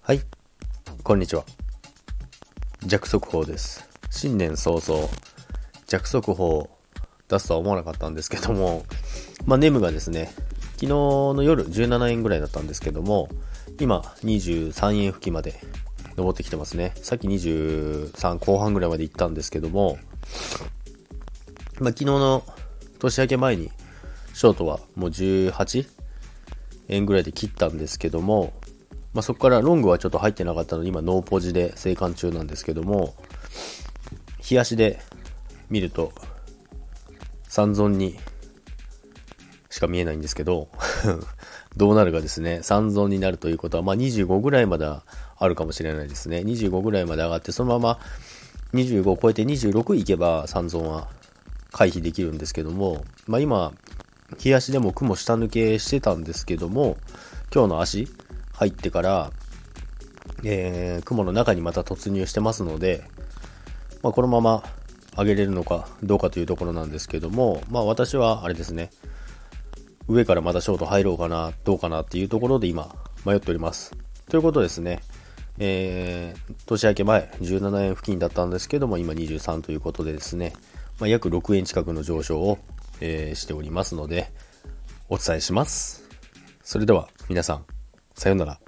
はい、こんにちは。弱速報です。新年早々、弱速報を出すとは思わなかったんですけども、ネムがですね、昨日の夜17円ぐらいだったんですけども、今23円付近まで登ってきてますね。さっき23後半ぐらいまで行ったんですけども、昨日の年明け前にショートはもう18円ぐらいで切ったんですけども、そこからロングはちょっと入ってなかったので今ノーポジで生還中なんですけども、日足で見ると三尊にしか見えないんですけどどうなるかですね。三尊になるということは25ぐらいまではあるかもしれないですね。25ぐらいまで上がってそのまま25を超えて26いけば三尊は回避できるんですけども、今日足でも雲下抜けしてたんですけども、今日の足入ってから、雲の中にまた突入してますので、このまま上げれるのかどうかというところなんですけども、私はあれですね、上からまたショート入ろうかなどうかなっていうところで今迷っております。ということですね、年明け前17円付近だったんですけども、今23ということでですね、約6円近くの上昇を、しておりますのでお伝えします。それでは皆さん、さようなら。